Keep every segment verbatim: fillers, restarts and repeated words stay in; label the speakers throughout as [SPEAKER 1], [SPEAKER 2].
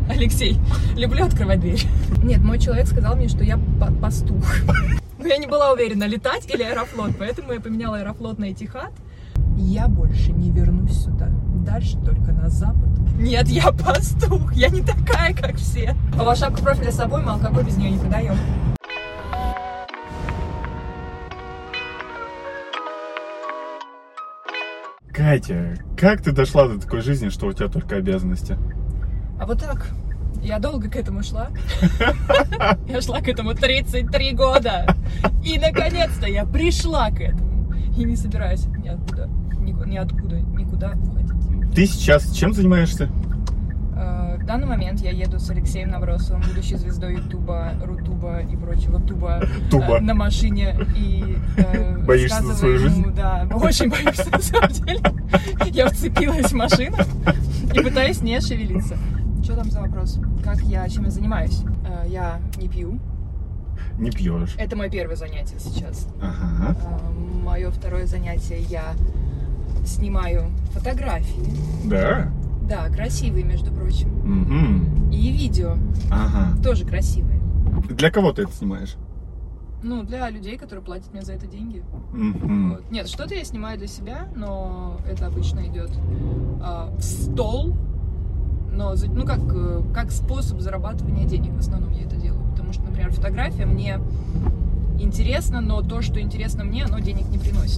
[SPEAKER 1] Алексей, люблю открывать дверь. Нет, мой человек сказал мне, что я пастух. Но я не была уверена, летать или Аэрофлот, поэтому я поменяла Аэрофлот на Этихад. Я больше не вернусь сюда. Дальше только на запад. Нет, я пастух, я не такая, как все. А ваша шапка профиля с собой, мы алкоголь без нее не продаем.
[SPEAKER 2] Катя, как ты дошла до такой жизни, что у тебя только обязанности?
[SPEAKER 1] А вот так. Я долго к этому шла. Я шла к этому тридцать три года. И наконец-то я пришла к этому. И не собираюсь ниоткуда, ниоткуда, никуда уходить.
[SPEAKER 2] Ты сейчас чем занимаешься?
[SPEAKER 1] В данный момент я еду с Алексеем Навросовым, будущей звездой Ютуба, Рутуба и прочего Туба,
[SPEAKER 2] Туба.
[SPEAKER 1] Э, на машине и э,
[SPEAKER 2] боишься за свою
[SPEAKER 1] ему,
[SPEAKER 2] жизнь?
[SPEAKER 1] Да, очень боюсь на самом деле. Я вцепилась в машину и пытаюсь не шевелиться. Что там за вопрос? Как я, чем я занимаюсь? Э, я не пью.
[SPEAKER 2] Не пьешь.
[SPEAKER 1] Это мое первое занятие сейчас.
[SPEAKER 2] Ага.
[SPEAKER 1] Э, мое второе занятие я снимаю фотографии.
[SPEAKER 2] Да?
[SPEAKER 1] Да, красивые, между прочим.
[SPEAKER 2] Угу.
[SPEAKER 1] И видео.
[SPEAKER 2] Ага.
[SPEAKER 1] Тоже красивые.
[SPEAKER 2] Для кого ты это снимаешь?
[SPEAKER 1] Ну, для людей, которые платят мне за это деньги.
[SPEAKER 2] Угу.
[SPEAKER 1] Вот. Нет, что-то я снимаю для себя, но это обычно идет а, в стол. Но, ну, как, как способ зарабатывания денег в основном я это делаю. Потому что, например, фотография мне интересна, но то, что интересно мне, оно денег не приносит.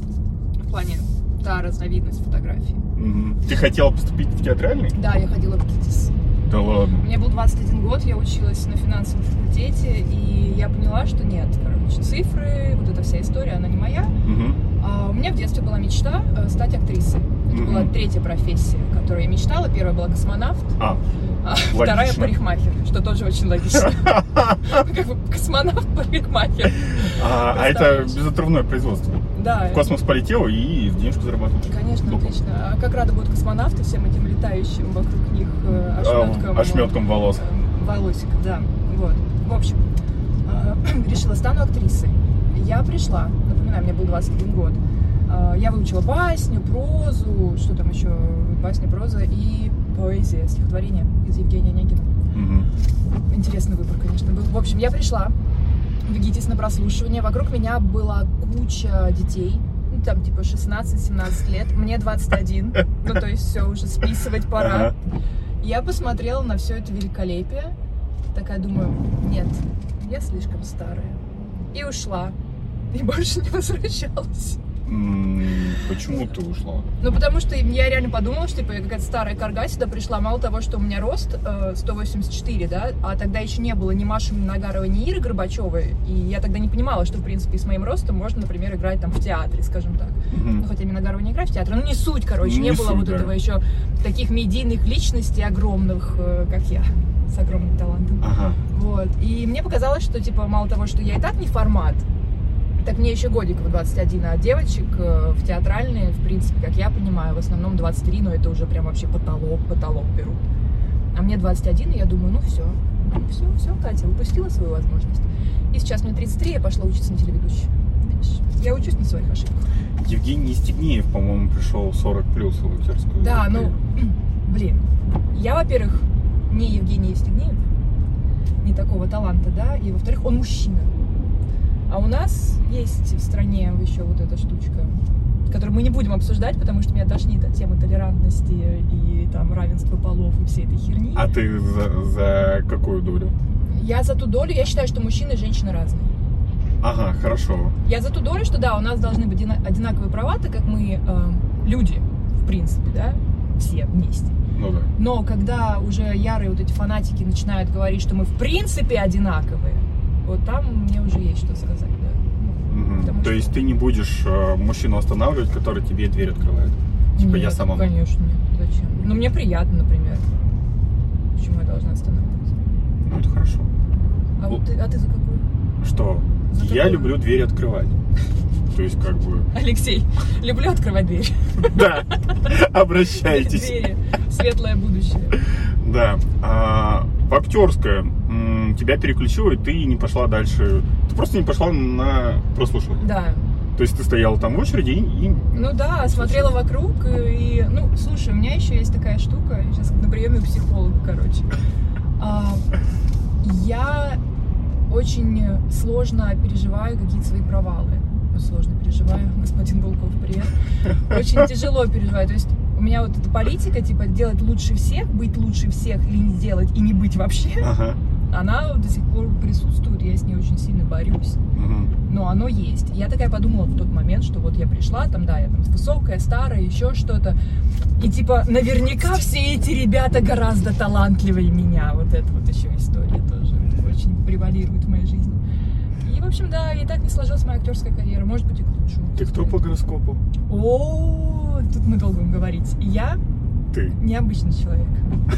[SPEAKER 1] В плане та разновидность фотографии.
[SPEAKER 2] Угу. Ты хотела поступить в театральный?
[SPEAKER 1] Да, я ходила в ГИТИС.
[SPEAKER 2] Да ладно.
[SPEAKER 1] Мне был двадцать один год, я училась на финансовом факультете, и я поняла, что нет, короче, цифры, вот эта вся история, она не моя.
[SPEAKER 2] Угу.
[SPEAKER 1] А у меня в детстве была мечта стать актрисой. Это
[SPEAKER 2] Угу.
[SPEAKER 1] была третья профессия, о которой я мечтала. Первая была космонавт,
[SPEAKER 2] А,
[SPEAKER 1] а вторая парикмахер, что тоже очень логично. Как бы космонавт-парикмахер.
[SPEAKER 2] а это безотрывное производство.
[SPEAKER 1] Да.
[SPEAKER 2] В космос полетел и денежку заработал.
[SPEAKER 1] Конечно, отлично. А как рады будут космонавты всем этим летающим вокруг них э, ошметкам,
[SPEAKER 2] А, ошметкам волос.
[SPEAKER 1] Э, волосиков, да. Вот. В общем, э, решила, стану актрисой. Я пришла, напоминаю, мне был двадцать один год. Э, я выучила басню, прозу, что там еще, басня, проза и поэзия, стихотворение из Евгения Онегина.
[SPEAKER 2] Угу.
[SPEAKER 1] Интересный выбор, конечно, был. В общем, я пришла в ГИТИС на прослушивание. Вокруг меня была куча детей. Ну, там, типа, шестнадцать-семнадцать лет. Мне двадцать один. Ну, то есть, все, уже списывать пора. Я посмотрела на все это великолепие. Такая думаю, нет, я слишком старая. И ушла. И больше не возвращалась.
[SPEAKER 2] Почему ты ушла?
[SPEAKER 1] Ну, потому что я реально подумала, что типа, я какая-то старая карга сюда пришла. Мало того, что у меня рост э, сто восемьдесят четыре, да, а тогда еще не было ни Маши Нагаровой, ни Иры Горбачевой. И я тогда не понимала, что, в принципе, с моим ростом можно, например, играть там в театре, скажем так.
[SPEAKER 2] Угу.
[SPEAKER 1] Ну, хотя Нагарова не играет в театре, ну, не суть, короче.
[SPEAKER 2] Не,
[SPEAKER 1] не
[SPEAKER 2] не
[SPEAKER 1] было
[SPEAKER 2] суть,
[SPEAKER 1] вот
[SPEAKER 2] да.
[SPEAKER 1] этого еще таких медийных личностей огромных, э, как я, с огромным талантом.
[SPEAKER 2] Ага.
[SPEAKER 1] Вот. И мне показалось, что, типа, мало того, что я и так не формат, так мне еще годик в двадцать один, а девочек в театральные, в принципе, как я понимаю, в основном двадцать три, но это уже прям вообще потолок, потолок берут. А мне двадцать один, и я думаю, ну все, все, все, Катя, упустила свою возможность. И сейчас мне тридцать три, я пошла учиться на телеведущую. Видишь, я учусь на своих ошибках.
[SPEAKER 2] Евгений Стегнеев, по-моему, пришел сорок плюс в актерскую.
[SPEAKER 1] Да, ну, блин, я, во-первых, не Евгений Евстигнеев, не такого таланта, да, и, во-вторых, он мужчина. А у нас есть в стране еще вот эта штучка, которую мы не будем обсуждать, потому что меня тошнит от темы толерантности и там равенства полов и всей этой херни.
[SPEAKER 2] А ты за, за какую долю?
[SPEAKER 1] Я за ту долю, я считаю, что мужчины и женщины разные.
[SPEAKER 2] Ага, хорошо.
[SPEAKER 1] Я за ту долю, что да, у нас должны быть одинаковые права, так как мы э, люди, в принципе, да, все вместе.
[SPEAKER 2] Ну да.
[SPEAKER 1] Но когда уже ярые вот эти фанатики начинают говорить, что мы в принципе одинаковые, вот там мне уже есть что сказать, да.
[SPEAKER 2] Угу. То
[SPEAKER 1] что...
[SPEAKER 2] есть ты не будешь э, мужчину останавливать, который тебе дверь открывает? Типа
[SPEAKER 1] нет,
[SPEAKER 2] я сама.
[SPEAKER 1] Конечно, нет. Зачем? Ну мне приятно, например. Почему я должна останавливаться?
[SPEAKER 2] Ну это хорошо.
[SPEAKER 1] А вот ты, а ты за какую?
[SPEAKER 2] Что?
[SPEAKER 1] За
[SPEAKER 2] я
[SPEAKER 1] какую?
[SPEAKER 2] люблю дверь открывать. То есть как бы...
[SPEAKER 1] Алексей, люблю открывать дверь.
[SPEAKER 2] Да, обращайтесь.
[SPEAKER 1] Двери, светлое будущее.
[SPEAKER 2] Да. А, в актерское тебя переключило, и ты не пошла дальше. Ты просто не пошла на прослушивание.
[SPEAKER 1] Да.
[SPEAKER 2] То есть ты стояла там в очереди и...
[SPEAKER 1] Ну да, смотрела вокруг и... Ну, слушай, у меня еще есть такая штука, сейчас на приеме у психолога, короче. очень сложно переживаю какие-то свои провалы. Сложно переживаю, господин Волков, привет. Очень тяжело переживаю. То есть у меня вот эта политика, типа, делать лучше всех, быть лучше всех или не делать и не быть вообще, ага. Она до сих пор присутствует, я с ней очень сильно борюсь. Угу. Но оно есть. Я такая подумала в тот момент, что вот я пришла, там, да, я там высокая, старая, еще что-то. И типа, наверняка все эти ребята гораздо талантливее меня. Вот это вот еще история тоже очень превалирует в моей жизни. И, в общем, да, и так не сложилась моя актерская карьера. Может быть, и к лучшему.
[SPEAKER 2] Ты кто по гороскопу?
[SPEAKER 1] О, тут мы долго будем говорить. Я
[SPEAKER 2] Ты.
[SPEAKER 1] необычный человек.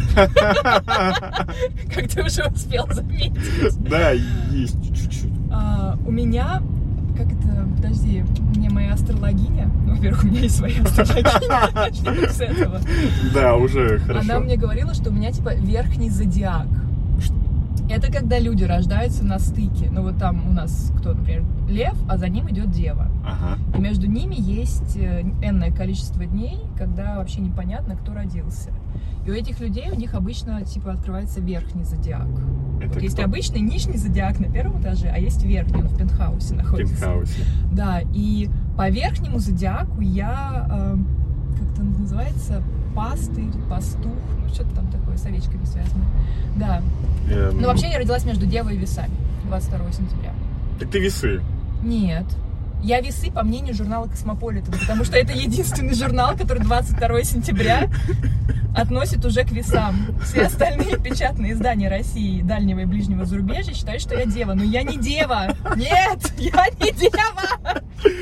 [SPEAKER 1] Как ты уже успел заметить.
[SPEAKER 2] Да, есть чуть-чуть.
[SPEAKER 1] У меня, как это, подожди, мне моя астрологиня, во-первых, у меня есть своя астрологиня, начнем с этого.
[SPEAKER 2] Да, уже хорошо.
[SPEAKER 1] Она мне говорила, что у меня, типа, верхний зодиак. Это когда люди рождаются на стыке. Ну вот там у нас кто, например, лев, а за ним идет дева. Ага. И между ними есть энное количество дней, когда вообще непонятно, кто родился. И у этих людей, у них обычно типа открывается верхний зодиак. Вот есть обычный нижний зодиак на первом этаже, а есть верхний, он в пентхаусе находится. В пентхаусе. Да, и по верхнему зодиаку я, э, как это называется, пастырь, пастух, ну что-то там такое, с овечками связано. Да. Эм... Но вообще я родилась между Девой и Весами, двадцать второго сентября.
[SPEAKER 2] Так ты Весы?
[SPEAKER 1] Нет. Я Весы, по мнению журнала «Космополитен», потому что это единственный журнал, который двадцать второго сентября относит уже к весам. Все остальные печатные издания России, дальнего и ближнего зарубежья считают, что я дева. Но я не дева! Нет! Я не дева!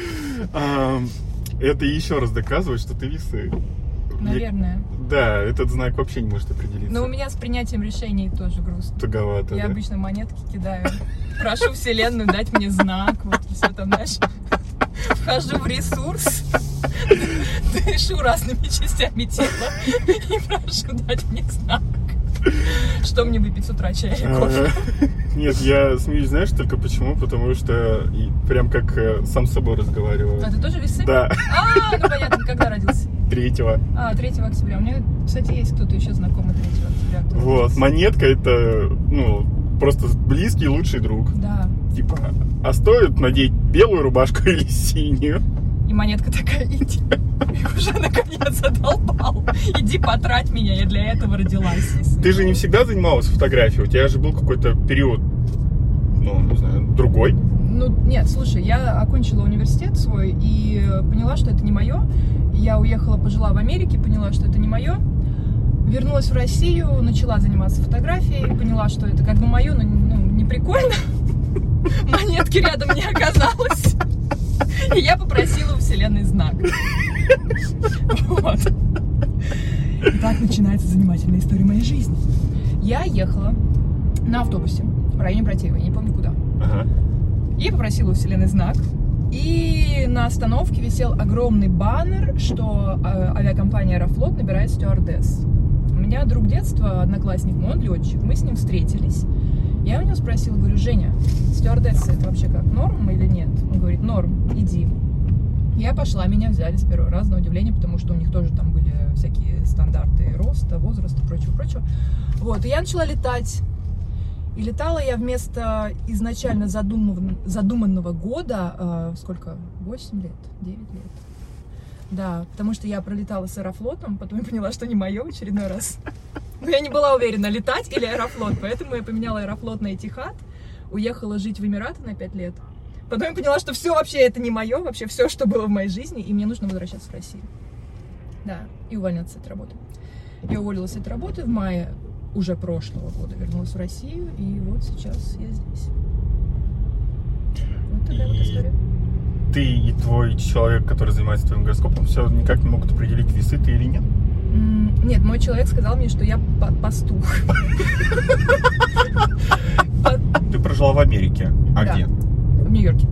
[SPEAKER 2] Это еще раз доказывает, что ты Весы.
[SPEAKER 1] Наверное.
[SPEAKER 2] Да, этот знак вообще не может определиться.
[SPEAKER 1] Но у меня с принятием решений тоже грустно.
[SPEAKER 2] Туговато,
[SPEAKER 1] Я
[SPEAKER 2] да?
[SPEAKER 1] обычно монетки кидаю. Прошу Вселенную дать мне знак. Вот все там, знаешь. Вхожу в ресурс, дышу разными частями тела и прошу дать мне знак. Что мне выпить с утра, чай или кофе?
[SPEAKER 2] Нет, я смеюсь, знаешь, только почему? Потому что прям как сам с собой разговариваю.
[SPEAKER 1] А ты тоже Весы?
[SPEAKER 2] Да.
[SPEAKER 1] А, ну понятно, когда родился?
[SPEAKER 2] Третьего.
[SPEAKER 1] А, третьего октября. У меня, кстати, есть кто-то еще знакомый третьего октября.
[SPEAKER 2] Вот, родился. Монетка это, ну, просто близкий лучший друг.
[SPEAKER 1] Да.
[SPEAKER 2] Типа, а стоит надеть белую рубашку или синюю?
[SPEAKER 1] И монетка такая, иди, уже наконец задолбал. Иди потрать меня, я для этого родилась.
[SPEAKER 2] Ты же не всегда занималась фотографией, у тебя же был какой-то период, ну, не знаю, другой.
[SPEAKER 1] Ну, нет, слушай, я окончила университет свой и поняла, что это не мое. Я уехала, пожила в Америке, поняла, что это не мое. Вернулась в Россию, начала заниматься фотографией, поняла, что это как бы мое, но ну, не прикольно. Монетки рядом не оказалось. И я попросила у Вселенной знак. Вот. И так начинается занимательная история моей жизни. Я ехала на автобусе в районе Братеева, я не помню куда. Ага. И попросила у Вселенной знак. И на остановке висел огромный баннер, что авиакомпания «Аэрофлот» набирает стюардесс. У меня друг детства, одноклассник, он летчик, мы с ним встретились. Я у него спросила, говорю, Женя, стюардесса это вообще как, норм или нет? Он говорит, норм, иди. Я пошла, меня взяли с первого раза на удивление, потому что у них тоже там были всякие стандарты роста, возраста, прочего-прочего. Вот, и я начала летать. И летала я вместо изначально задуман... задуманного года, э, сколько? восемь лет? девять лет? Да, потому что я пролетала с Аэрофлотом, потом я поняла, что не мое в очередной раз. Но я не была уверена, летать или Аэрофлот, поэтому я поменяла Аэрофлот на Этихад, уехала жить в Эмираты на пять лет. Потом я поняла, что все вообще это не мое, вообще все, что было в моей жизни, и мне нужно возвращаться в Россию. Да, и увольняться с этой работы. Я уволилась с этой работы в мае уже прошлого года, вернулась в Россию, и вот сейчас я здесь. Вот такая вот история.
[SPEAKER 2] Ты и твой человек, который занимается твоим гороскопом, все никак не могут определить, весы ты или нет?
[SPEAKER 1] Нет, мой человек сказал мне, что я пастух.
[SPEAKER 2] Ты прожила в Америке. А
[SPEAKER 1] да.
[SPEAKER 2] Где?
[SPEAKER 1] В Нью-Йорке.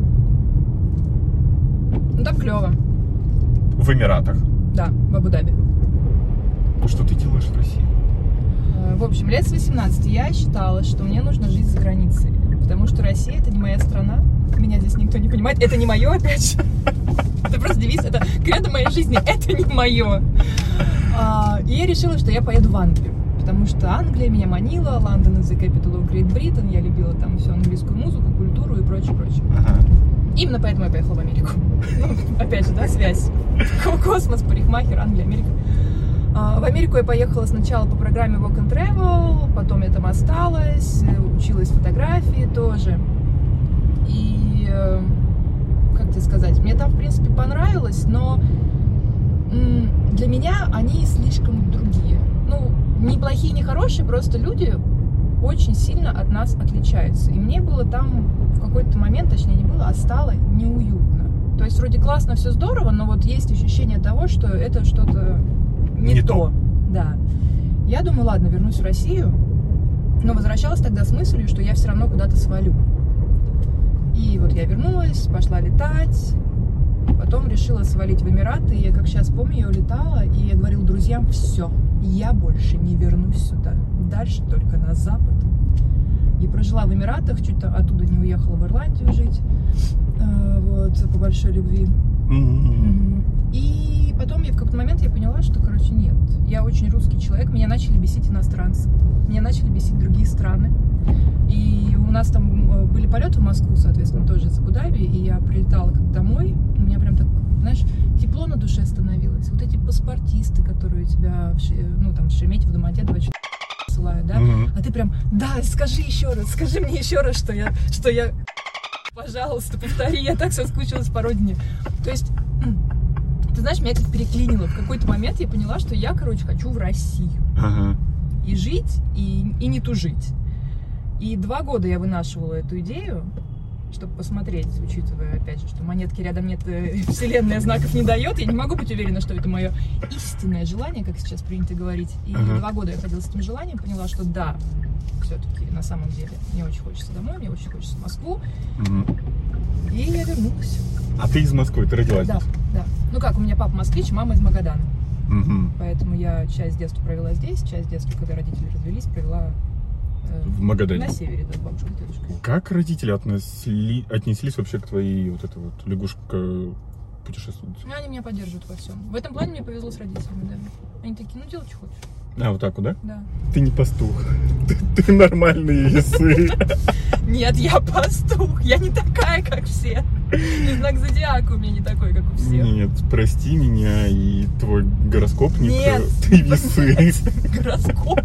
[SPEAKER 1] Ну там клево.
[SPEAKER 2] В Эмиратах?
[SPEAKER 1] Да, в Абу-Даби.
[SPEAKER 2] Что ты делаешь в России?
[SPEAKER 1] В общем, лет с восемнадцати я считала, что мне нужно жить за границей. Потому что Россия — это не моя страна. Меня здесь никто не понимает. Это не мое, опять же. Это просто девиз, это кредо моей жизни. Это не мое. И я решила, что я поеду в Англию. потому что Англия меня манила, London is the capital of Great Britain, я любила там всю английскую музыку, культуру и прочее, прочее.
[SPEAKER 2] Ага.
[SPEAKER 1] Именно поэтому я поехала в Америку. Ну, опять же, да, связь. Космос, парикмахер, Англия, Америка. А, в Америку я поехала сначала по программе Work and Travel, потом я там осталась, училась фотографии тоже. И, как тебе сказать, мне там, в принципе, понравилось, но для меня они слишком другие. Ну, не плохие, не хорошие, просто люди очень сильно от нас отличаются. И мне было там в какой-то момент, точнее не было, а стало неуютно. То есть вроде классно, все здорово, но вот есть ощущение того, что это что-то не,
[SPEAKER 2] не
[SPEAKER 1] то.
[SPEAKER 2] то.
[SPEAKER 1] Да. Я думаю, ладно, вернусь в Россию, но возвращалась тогда с мыслью, что я все равно куда-то свалю. И вот я вернулась, пошла летать, потом решила свалить в Эмираты. И я, как сейчас помню, я улетала, и я говорила друзьям: все, я больше не вернусь сюда, дальше только на запад. И прожила в Эмиратах, чуть оттуда не уехала в Ирландию жить, вот, по большой любви. Mm-hmm. И потом я в какой-то момент я поняла, что, короче, нет, я очень русский человек, меня начали бесить иностранцы, меня начали бесить другие страны. И у нас там были полеты в Москву, соответственно, тоже из Абу-Даби, и я прилетала как домой, у меня прям так, знаешь, тепло на душе становилось. Вот эти паспортисты, которые у тебя, ну, там, в Шереметьево, в Домодедово ссылают, да, mm-hmm. а ты прям: да, скажи еще раз, скажи мне еще раз, что я, что я, пожалуйста, повтори, я так соскучилась по родине. То есть, ты знаешь, меня как переклинило. В какой-то момент я поняла, что я, короче, хочу в Россию.
[SPEAKER 2] Uh-huh.
[SPEAKER 1] И жить, и, и не тужить. И два года я вынашивала эту идею, чтобы посмотреть, учитывая, опять же, что монетки рядом нет, вселенная знаков не дает, я не могу быть уверена, что это мое истинное желание, как сейчас принято говорить. И uh-huh. два года я ходила с этим желанием, поняла, что да, все-таки на самом деле мне очень хочется домой, мне очень хочется в Москву. Uh-huh. И я вернулась.
[SPEAKER 2] А ты из Москвы, ты родилась
[SPEAKER 1] да,
[SPEAKER 2] здесь?
[SPEAKER 1] Да, да. Ну как, у меня папа москвич, мама из Магадана.
[SPEAKER 2] Uh-huh.
[SPEAKER 1] Поэтому я часть детства провела здесь, часть детства, когда родители развелись, провела
[SPEAKER 2] в Магадане.
[SPEAKER 1] На севере, да, с бабушкой и дедушкой.
[SPEAKER 2] Как родители отнесли, отнеслись вообще к твоей вот этой вот лягушка-путешественнице?
[SPEAKER 1] Они меня поддерживают во всем. В этом плане мне повезло с родителями, да. Они такие: ну делай, что хочешь.
[SPEAKER 2] А, вот так вот, да?
[SPEAKER 1] Да.
[SPEAKER 2] Ты не пастух. Ты, ты нормальные весы.
[SPEAKER 1] Нет, я пастух. Я не такая, как все. И знак зодиака у меня не такой, как у всех.
[SPEAKER 2] Нет, прости меня, и твой гороскоп не
[SPEAKER 1] Нет.
[SPEAKER 2] Ты весы.
[SPEAKER 1] Гороскоп.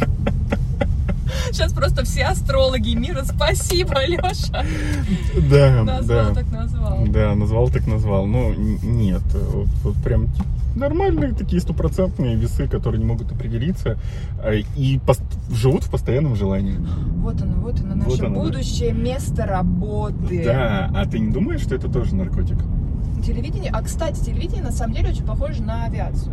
[SPEAKER 1] Сейчас просто все астрологи мира, спасибо, Леша.
[SPEAKER 2] Да,
[SPEAKER 1] назвал,
[SPEAKER 2] да.
[SPEAKER 1] так назвал.
[SPEAKER 2] Да, назвал, так назвал. Но нет, вот, вот прям нормальные такие стопроцентные весы, которые не могут определиться и пост- живут в постоянном желании.
[SPEAKER 1] Вот оно, вот оно, наше
[SPEAKER 2] вот оно,
[SPEAKER 1] будущее да. место работы.
[SPEAKER 2] Да, а ты не думаешь, что это тоже наркотик?
[SPEAKER 1] Телевидение, а кстати, телевидение на самом деле очень похоже на авиацию.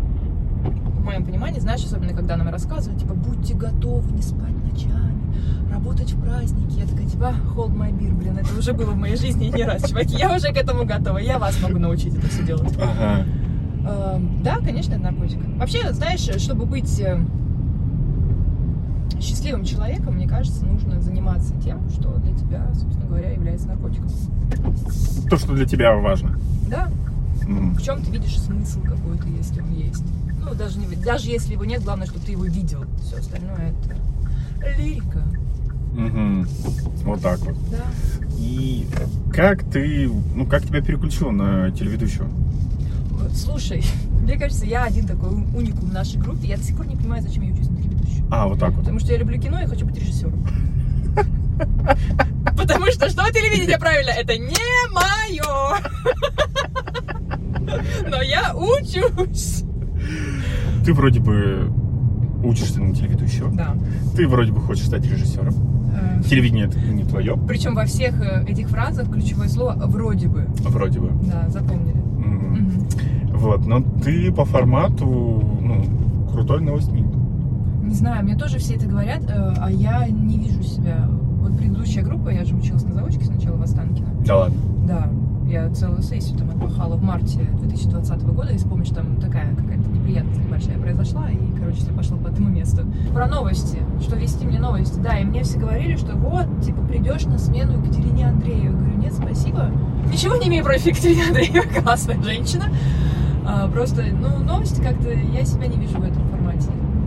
[SPEAKER 1] В моем понимании, знаешь, особенно когда нам рассказывают, типа, будьте готовы не спать ночами, работать в праздники. Я такая, типа, hold my beer, блин, это уже было в моей жизни не раз, чуваки, я уже к этому готова, я вас могу научить это все делать.
[SPEAKER 2] Ага.
[SPEAKER 1] Э, да, конечно, это наркотик. Вообще, знаешь, чтобы быть счастливым человеком, мне кажется, нужно заниматься тем, что для тебя, собственно говоря, является наркотиком.
[SPEAKER 2] То, что для тебя важно.
[SPEAKER 1] Да.
[SPEAKER 2] Mm.
[SPEAKER 1] В чем ты видишь смысл какой-то, если он есть. Ну, даже, не, даже если его нет, главное, чтобы ты его видел. Все остальное это лирика.
[SPEAKER 2] Угу. Вот так вот.
[SPEAKER 1] Да.
[SPEAKER 2] И как ты, ну, как тебя переключило на телеведущего?
[SPEAKER 1] Слушай, мне кажется, я один такой уникум в нашей группе. Я до сих пор не понимаю, зачем я учусь на телеведущую.
[SPEAKER 2] А, вот так вот.
[SPEAKER 1] Потому что я люблю кино и хочу быть режиссером. Потому что что телевидение, правильно, это не мое. Но я учусь.
[SPEAKER 2] Ты вроде бы учишься на телеведущего.
[SPEAKER 1] Да.
[SPEAKER 2] Ты вроде бы хочешь стать режиссером. Э... Телевидение это не твое.
[SPEAKER 1] Причем во всех этих фразах ключевое слово «вроде бы».
[SPEAKER 2] Вроде бы.
[SPEAKER 1] Да, запомнили.
[SPEAKER 2] Угу. Угу. Вот, но ты по формату, ну, крутой новостник.
[SPEAKER 1] Не знаю, мне тоже все это говорят, а я не вижу себя. Вот предыдущая группа, я же училась на заочке сначала в Останкино.
[SPEAKER 2] Да ладно?
[SPEAKER 1] Да. Я целую сессию там отпахала в марте две тысячи двадцатого года, если помнишь, там такая какая-то неприятность небольшая произошла, и, короче, все пошло по этому месту. Про новости, что вести мне новости, да, и мне все говорили, что вот, типа, придешь на смену Екатерине Андреевой. Я говорю, нет, спасибо. Ничего не имею против Екатерины Андреевой, классная женщина. А, просто, ну, новости как-то, я себя не вижу в этом формате.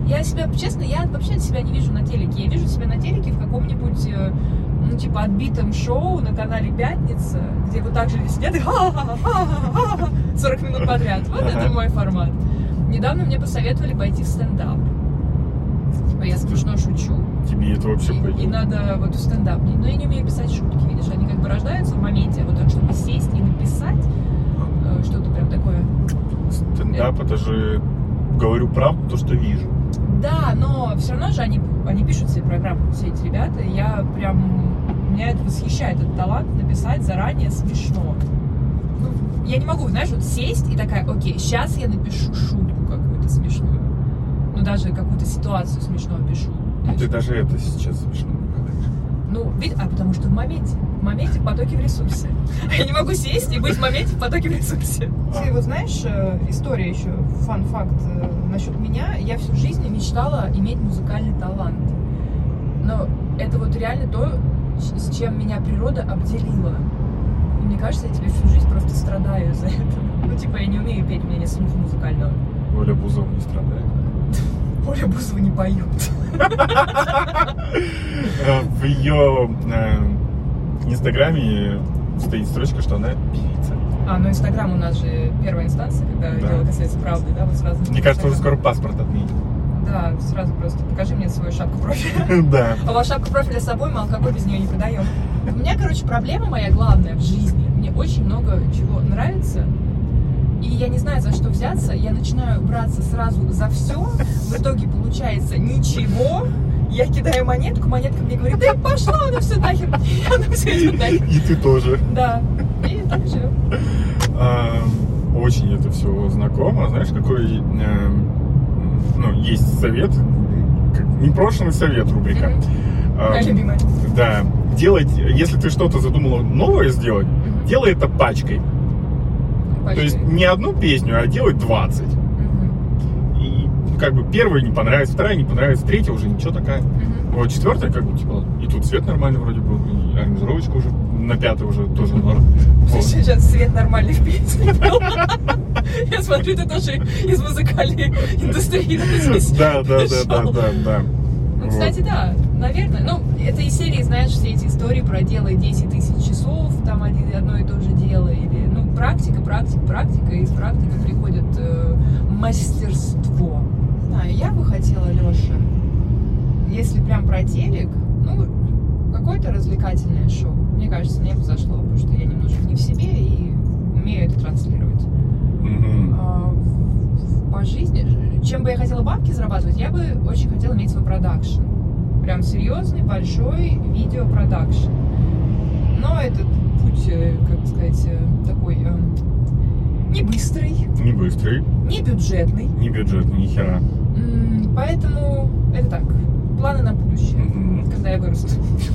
[SPEAKER 1] Я себя, честно, я вообще себя не вижу на телеке. Я вижу себя на телеке в каком-нибудь, ну, типа, отбитом шоу на канале «Пятница», где вот так же сидят и ха-ха-ха-ха-ха сорок минут подряд. Вот это мой формат. Недавно мне посоветовали пойти в стендап. Типа, я смешно шучу.
[SPEAKER 2] Тебе это вообще
[SPEAKER 1] и,
[SPEAKER 2] пойдет?
[SPEAKER 1] И надо вот в стендап. Но я не умею писать шутки, видишь, они как бы рождаются в моменте. Вот так, чтобы сесть и написать что-то прям такое.
[SPEAKER 2] Стендап, это же, говорю правду, то, что вижу.
[SPEAKER 1] Да, но все равно же они, они пишут себе программу, все эти ребята. И я прям, меня это восхищает, этот талант написать заранее смешно. Ну, я не могу, знаешь, вот сесть и такая, окей, сейчас я напишу шутку какую-то смешную. Ну, даже какую-то ситуацию смешно опишу.
[SPEAKER 2] Ну, ты даже это сейчас смешно говоришь.
[SPEAKER 1] Ну, ведь, а потому что в моменте, в моменте, в потоке, в ресурсе. Я не могу сесть и быть в моменте, в потоке, в ресурсе. Ты вот знаешь, история еще, фан-факт насчет меня. Я всю жизнь мечтала иметь музыкальный талант. Но это вот реально то, с чем меня природа обделила. И мне кажется, я тебе всю жизнь просто страдаю из-за этого. Ну, типа, я не умею петь, у меня нет слуха музыкального.
[SPEAKER 2] Оля Бузова не страдает.
[SPEAKER 1] Оля Бузова не поет.
[SPEAKER 2] В ее инстаграме стоит строчка, что она певица.
[SPEAKER 1] А, ну инстаграм у нас же первая инстанция, когда
[SPEAKER 2] Да.
[SPEAKER 1] дело касается правды, да, вот сразу.
[SPEAKER 2] Мне кажется, уже скоро паспорт отменят.
[SPEAKER 1] Да, сразу просто покажи мне свою шапку профиля.
[SPEAKER 2] Да.
[SPEAKER 1] А у вас шапка профиля с собой, мы алкоголь без нее не продаем. У меня, короче, проблема моя главная в жизни. Мне очень много чего нравится. И я не знаю, за что взяться. Я начинаю браться сразу за все. В итоге получается ничего. Я кидаю монетку, монетка мне говорит, да пошла она все нахер. И она все идет нахер.
[SPEAKER 2] И ты тоже.
[SPEAKER 1] Да. И так живем.
[SPEAKER 2] А, очень это все знакомо. Знаешь, какой э, ну, есть совет, как непрошенный совет рубрика.
[SPEAKER 1] Mm-hmm.
[SPEAKER 2] А,
[SPEAKER 1] Моя любимая.
[SPEAKER 2] Да. Делать, если ты что-то задумала новое сделать,
[SPEAKER 1] Mm-hmm.
[SPEAKER 2] делай это пачкой.
[SPEAKER 1] Пачкой.
[SPEAKER 2] То есть не одну песню, а делать двадцать.
[SPEAKER 1] Mm-hmm.
[SPEAKER 2] И как бы первая не понравится, вторая не понравится, третья уже ничего такая.
[SPEAKER 1] Mm-hmm.
[SPEAKER 2] Вот четвертая как бы типа, и тут цвет нормальный вроде был, и аранжировочка уже на пятой уже тоже норм. Вот.
[SPEAKER 1] Сейчас свет нормальный в песне был. Я смотрю, ты тоже из музыкальной индустрии.
[SPEAKER 2] Да, да, да, да, да, да.
[SPEAKER 1] Ну, кстати, да, наверное. Ну, это из серии, знаешь, все эти истории про делай десять тысяч часов, там один, одно и то же дело. Или, ну, практика, практика, практика, и из практики приходит э, мастерство. Не знаю, я бы хотела, Леша, если прям про телек, ну, какое-то развлекательное шоу. Мне кажется, мне бы зашло, потому что я немножко не в себе и умею это транслировать.
[SPEAKER 2] Мгм.
[SPEAKER 1] А, по жизни, чем бы я хотела бабки зарабатывать, я бы очень хотела иметь свой продакшн. Прям серьезный, большой видеопродакшн. Но этот путь, э, как сказать, э, такой э, не быстрый,
[SPEAKER 2] Не быстрый,
[SPEAKER 1] не бюджетный.
[SPEAKER 2] не бюджетный, ни хера.
[SPEAKER 1] М, Поэтому это так, планы на будущее,
[SPEAKER 2] Мгм.
[SPEAKER 1] когда я вырасту.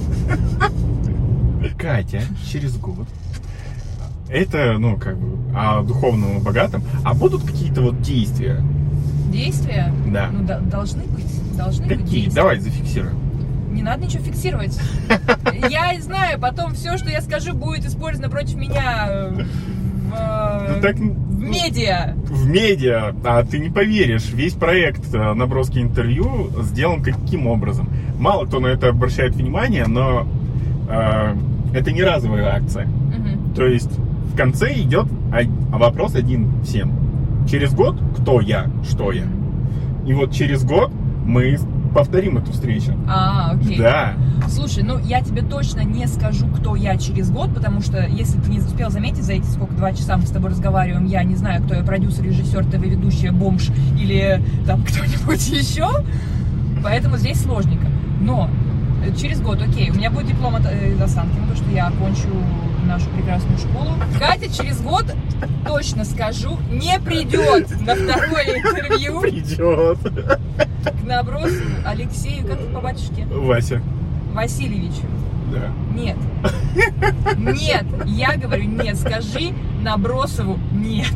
[SPEAKER 2] Катя через год. Это, ну, как бы, о духовном и богатом. А будут какие-то вот действия?
[SPEAKER 1] Действия,
[SPEAKER 2] Да.
[SPEAKER 1] ну, да, должны быть, должны быть
[SPEAKER 2] Какие?
[SPEAKER 1] действия.
[SPEAKER 2] Давай зафиксируем.
[SPEAKER 1] Не надо ничего фиксировать. Я знаю, потом все, что я скажу, будет использовано против меня э, в, э,
[SPEAKER 2] Ну, так,
[SPEAKER 1] в медиа.
[SPEAKER 2] в медиа, а ты не поверишь, весь проект э, «Наброски интервью» сделан каким образом? Мало кто на это обращает внимание, но э, это не разовая акция.
[SPEAKER 1] Мгм.
[SPEAKER 2] То есть в конце идет о- вопрос один всем. Через год кто я, что я. И вот через год мы повторим эту встречу.
[SPEAKER 1] А, окей.
[SPEAKER 2] Да.
[SPEAKER 1] Слушай, ну я тебе точно не скажу, кто я через год, потому что, если ты не успел заметить за эти сколько, два часа мы с тобой разговариваем, я не знаю, кто я, продюсер, режиссер, ТВ-ведущая, бомж или там кто-нибудь еще, поэтому здесь сложненько. Но э, через год, окей, у меня будет диплом от, э, из Останкина, потому что я окончу нашу прекрасную школу. Катя через год, точно скажу, не придет на второе интервью
[SPEAKER 2] Придет.
[SPEAKER 1] к набросу Алексею, как по батюшке,
[SPEAKER 2] Вася.
[SPEAKER 1] Васильевичу.
[SPEAKER 2] Да.
[SPEAKER 1] Нет. Нет. Я говорю нет. Скажи Набросову нет.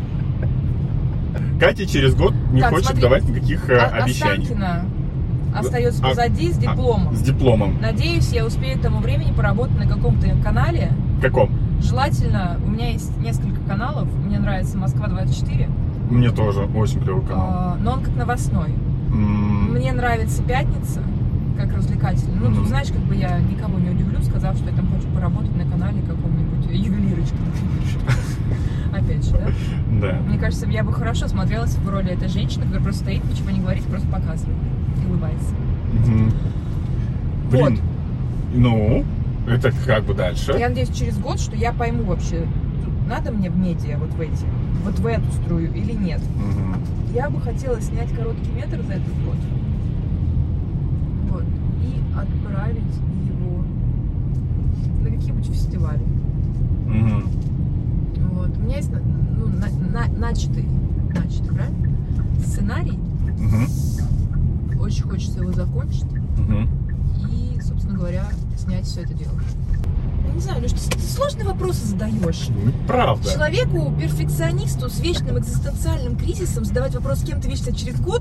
[SPEAKER 2] Катя через год не
[SPEAKER 1] Так,
[SPEAKER 2] хочет
[SPEAKER 1] смотри.
[SPEAKER 2] давать никаких э,
[SPEAKER 1] А-
[SPEAKER 2] обещаний.
[SPEAKER 1] Останкина остается
[SPEAKER 2] А-
[SPEAKER 1] позади с
[SPEAKER 2] А,
[SPEAKER 1] дипломом.
[SPEAKER 2] с дипломом.
[SPEAKER 1] Надеюсь, я успею к тому времени поработать на каком-то канале.
[SPEAKER 2] Каком?
[SPEAKER 1] Желательно, у меня есть несколько каналов. Мне нравится Москва двадцать четыре,
[SPEAKER 2] Мне тоже очень клевый канал.
[SPEAKER 1] а, но он как новостной.
[SPEAKER 2] М,
[SPEAKER 1] Мне нравится пятница, как развлекательный. Ну,
[SPEAKER 2] Мгм.
[SPEAKER 1] тут, знаешь, как бы я никого не удивлю, сказав, что я там хочу поработать на канале каком-нибудь ювелирочка. Опять же, да?
[SPEAKER 2] Да.
[SPEAKER 1] Мне кажется, я бы хорошо смотрелась в роли этой женщины, которая просто стоит, ничего не говорит, просто показывает и улыбается.
[SPEAKER 2] Мгм. Блин, ну, это как бы дальше.
[SPEAKER 1] Я надеюсь, через год, что я пойму вообще, надо мне в медиа вот в эти, вот в эту струю или нет.
[SPEAKER 2] Мгм.
[SPEAKER 1] Я бы хотела снять короткий метр за этот год. Вот. И отправить его на какие-нибудь фестивали.
[SPEAKER 2] Мгм.
[SPEAKER 1] Вот. У меня есть ну, на, на- начатый, начатый, правильно? Сценарий.
[SPEAKER 2] Мгм.
[SPEAKER 1] Очень хочется его закончить.
[SPEAKER 2] Мгм.
[SPEAKER 1] И, собственно говоря, снять все это дело. Я не знаю, Леш, ты, ты сложные вопросы задаешь.
[SPEAKER 2] Ну, правда.
[SPEAKER 1] Человеку, перфекционисту с вечным экзистенциальным кризисом задавать вопрос, с кем ты видишься через год?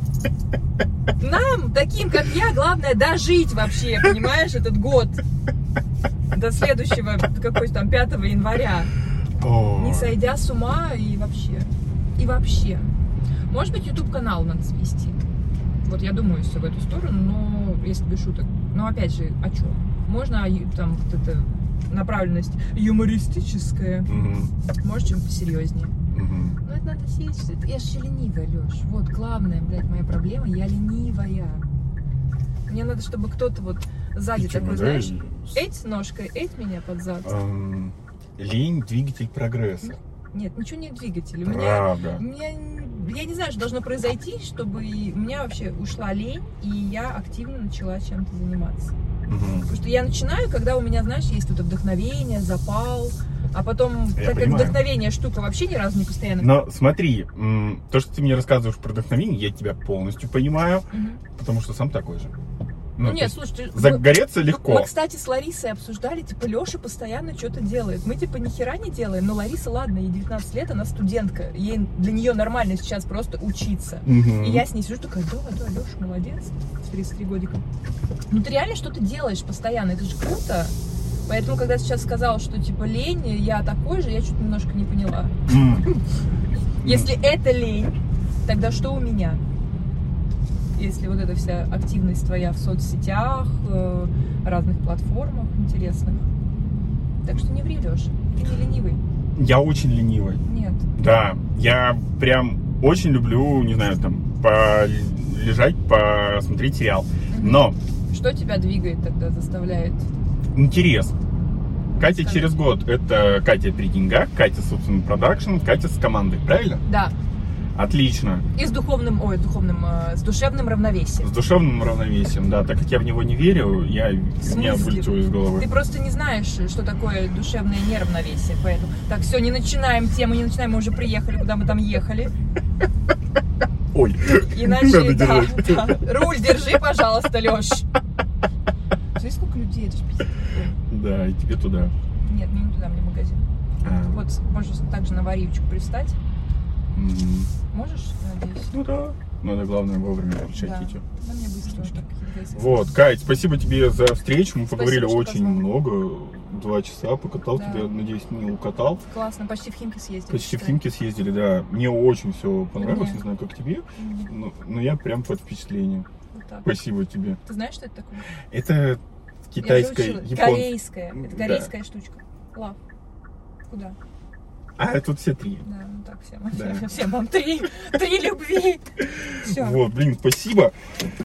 [SPEAKER 1] Нам, таким как я, главное дожить вообще, понимаешь, этот год. До следующего, какой там, пятого января.
[SPEAKER 2] О.
[SPEAKER 1] Не сойдя с ума и вообще. И вообще. Может быть, YouTube-канал надо завести. Вот я думаю все в эту сторону, но если без шуток. Но опять же, о чем? Можно там вот эта направленность юмористическая.
[SPEAKER 2] Мгм.
[SPEAKER 1] Может, чем посерьезнее.
[SPEAKER 2] Мгм.
[SPEAKER 1] Ну, это надо сесть. Это... Я же ленивая, Леш. Вот главная, блядь, моя проблема. Я ленивая. Мне надо, чтобы кто-то вот сзади
[SPEAKER 2] Причем,
[SPEAKER 1] такой,
[SPEAKER 2] да,
[SPEAKER 1] знаешь,
[SPEAKER 2] с-
[SPEAKER 1] эть ножкой, эть меня под зад.
[SPEAKER 2] эм, Лень — двигатель прогресса.
[SPEAKER 1] Нет, ничего не двигатель. У меня,
[SPEAKER 2] Правда.
[SPEAKER 1] у меня, я не знаю, что должно произойти, чтобы и у меня вообще ушла лень, и я активно начала чем-то заниматься.
[SPEAKER 2] Мгм.
[SPEAKER 1] Потому что я начинаю, когда у меня, знаешь, есть вот это вдохновение, запал, а потом,
[SPEAKER 2] Я
[SPEAKER 1] так как
[SPEAKER 2] понимаю.
[SPEAKER 1] вдохновение штука вообще ни разу не постоянно.
[SPEAKER 2] Но смотри, м, то, что ты мне рассказываешь про вдохновение, я тебя полностью понимаю,
[SPEAKER 1] Мгм.
[SPEAKER 2] потому что сам такой же.
[SPEAKER 1] Ну,
[SPEAKER 2] то
[SPEAKER 1] нет,
[SPEAKER 2] есть
[SPEAKER 1] слушай, ты-
[SPEAKER 2] загореться
[SPEAKER 1] мы,
[SPEAKER 2] легко.
[SPEAKER 1] мы, кстати, с Ларисой обсуждали, типа, Леша постоянно что-то делает. Мы, типа, ни хера не делаем, но Лариса, ладно, ей девятнадцать лет, она студентка. Ей, для нее нормально сейчас просто учиться.
[SPEAKER 2] Мгм.
[SPEAKER 1] И я с ней сижу, такая, да, да, Леша, молодец, в тридцать три годика. Ну, ты реально что-то делаешь постоянно, это же круто. Поэтому, когда ты сейчас сказала, что, типа, лень, я такой же, я чуть немножко не поняла.
[SPEAKER 2] М.
[SPEAKER 1] Если это лень, тогда что у меня? Если вот эта вся активность твоя в соцсетях, э, разных платформах интересных. Так что не ври, Леша, ты не ленивый.
[SPEAKER 2] Я очень ленивый.
[SPEAKER 1] Нет.
[SPEAKER 2] Да, я прям очень люблю, не знаю, там, полежать, посмотреть сериал. Но
[SPEAKER 1] Что тебя двигает тогда, заставляет?
[SPEAKER 2] интерес. Катя
[SPEAKER 1] Скажи.
[SPEAKER 2] через год. Это Катя при деньгах, Катя, собственно, продакшн, Катя с командой, правильно?
[SPEAKER 1] Да.
[SPEAKER 2] Отлично.
[SPEAKER 1] И с духовным, ой, духовным, э, с душевным равновесием.
[SPEAKER 2] С душевным равновесием, да. Так как я в него не верю, я, у меня
[SPEAKER 1] смысле?
[SPEAKER 2] вылетело из головы.
[SPEAKER 1] Ты просто не знаешь, что такое душевное неравновесие, поэтому... Так, все, не начинаем тему, не начинаем, мы уже приехали, куда мы там ехали.
[SPEAKER 2] Ой,
[SPEAKER 1] Иначе,
[SPEAKER 2] надо
[SPEAKER 1] да,
[SPEAKER 2] держать.
[SPEAKER 1] да. Руль держи, пожалуйста, Леш. Смотри, сколько людей, это ж пиздец. Ой,
[SPEAKER 2] Да, и тебе туда.
[SPEAKER 1] Нет, мне не туда, мне в магазин.
[SPEAKER 2] А,
[SPEAKER 1] Вот, можешь также на варивочку привстать.
[SPEAKER 2] м,
[SPEAKER 1] Можешь, надеюсь?
[SPEAKER 2] Ну да. Надо, главное, вовремя включать
[SPEAKER 1] Да.
[SPEAKER 2] эти.
[SPEAKER 1] Да, мне быстро вот так. если-
[SPEAKER 2] Вот, Кать, спасибо тебе за встречу. Мы поговорили
[SPEAKER 1] что
[SPEAKER 2] очень
[SPEAKER 1] позвал.
[SPEAKER 2] много. Два часа покатал
[SPEAKER 1] Да.
[SPEAKER 2] тебя, надеюсь, не укатал.
[SPEAKER 1] Классно, почти в Химки съездили.
[SPEAKER 2] Почти в
[SPEAKER 1] считай.
[SPEAKER 2] Химки съездили, да. Мне очень все понравилось,
[SPEAKER 1] Мне.
[SPEAKER 2] не знаю, как тебе,
[SPEAKER 1] Мгм.
[SPEAKER 2] но, но я прям под впечатлением.
[SPEAKER 1] Вот так.
[SPEAKER 2] Спасибо тебе.
[SPEAKER 1] Ты знаешь, что это такое?
[SPEAKER 2] Это китайская,
[SPEAKER 1] Я уже учила.
[SPEAKER 2] японская.
[SPEAKER 1] Корейская. Это
[SPEAKER 2] Да.
[SPEAKER 1] корейская штучка. Лав. Куда?
[SPEAKER 2] А тут все три.
[SPEAKER 1] Да, ну так, всем.
[SPEAKER 2] Да.
[SPEAKER 1] Всем вам три. Три любви. Все.
[SPEAKER 2] Вот, блин, спасибо.